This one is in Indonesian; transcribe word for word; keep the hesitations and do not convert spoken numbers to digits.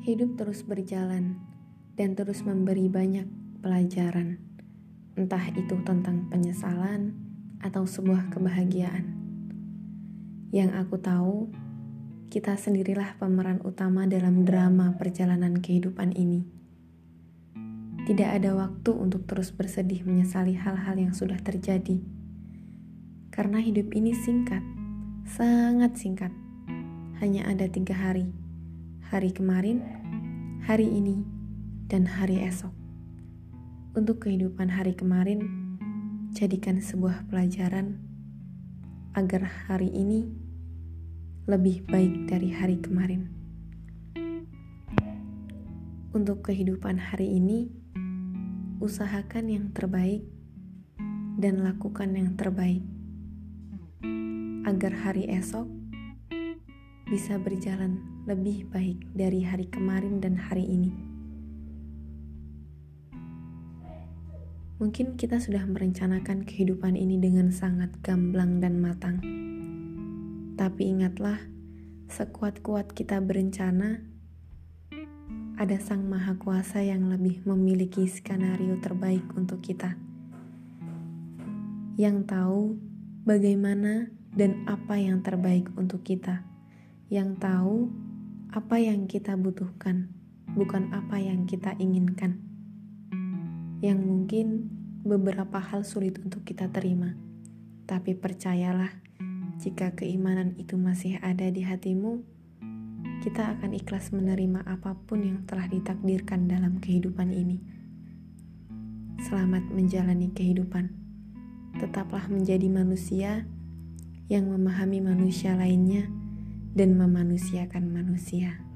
Hidup terus berjalan dan terus memberi banyak pelajaran, entah itu tentang penyesalan atau sebuah kebahagiaan. Yang aku tahu, kita sendirilah pemeran utama dalam drama perjalanan kehidupan ini. Tidak ada waktu untuk terus bersedih menyesali hal-hal yang sudah terjadi. Karena hidup ini singkat, sangat singkat. Hanya ada tiga hari. Hari kemarin, hari ini, dan hari esok. Untuk kehidupan hari kemarin, jadikan sebuah pelajaran agar hari ini lebih baik dari hari kemarin. Untuk kehidupan hari ini, usahakan yang terbaik dan lakukan yang terbaik agar hari esok bisa berjalan lebih baik dari hari kemarin dan hari ini. Mungkin kita sudah merencanakan kehidupan ini dengan sangat gamblang dan matang. Tapi ingatlah, sekuat-kuat kita berencana, ada Sang Maha Kuasa yang lebih memiliki skenario terbaik untuk kita. Yang tahu bagaimana dan apa yang terbaik untuk kita. Yang tahu apa yang kita butuhkan, bukan apa yang kita inginkan. Yang mungkin beberapa hal sulit untuk kita terima. Tapi percayalah, jika keimanan itu masih ada di hatimu, kita akan ikhlas menerima apapun yang telah ditakdirkan dalam kehidupan ini. Selamat menjalani kehidupan. Tetaplah menjadi manusia yang memahami manusia lainnya dan memanusiakan manusia.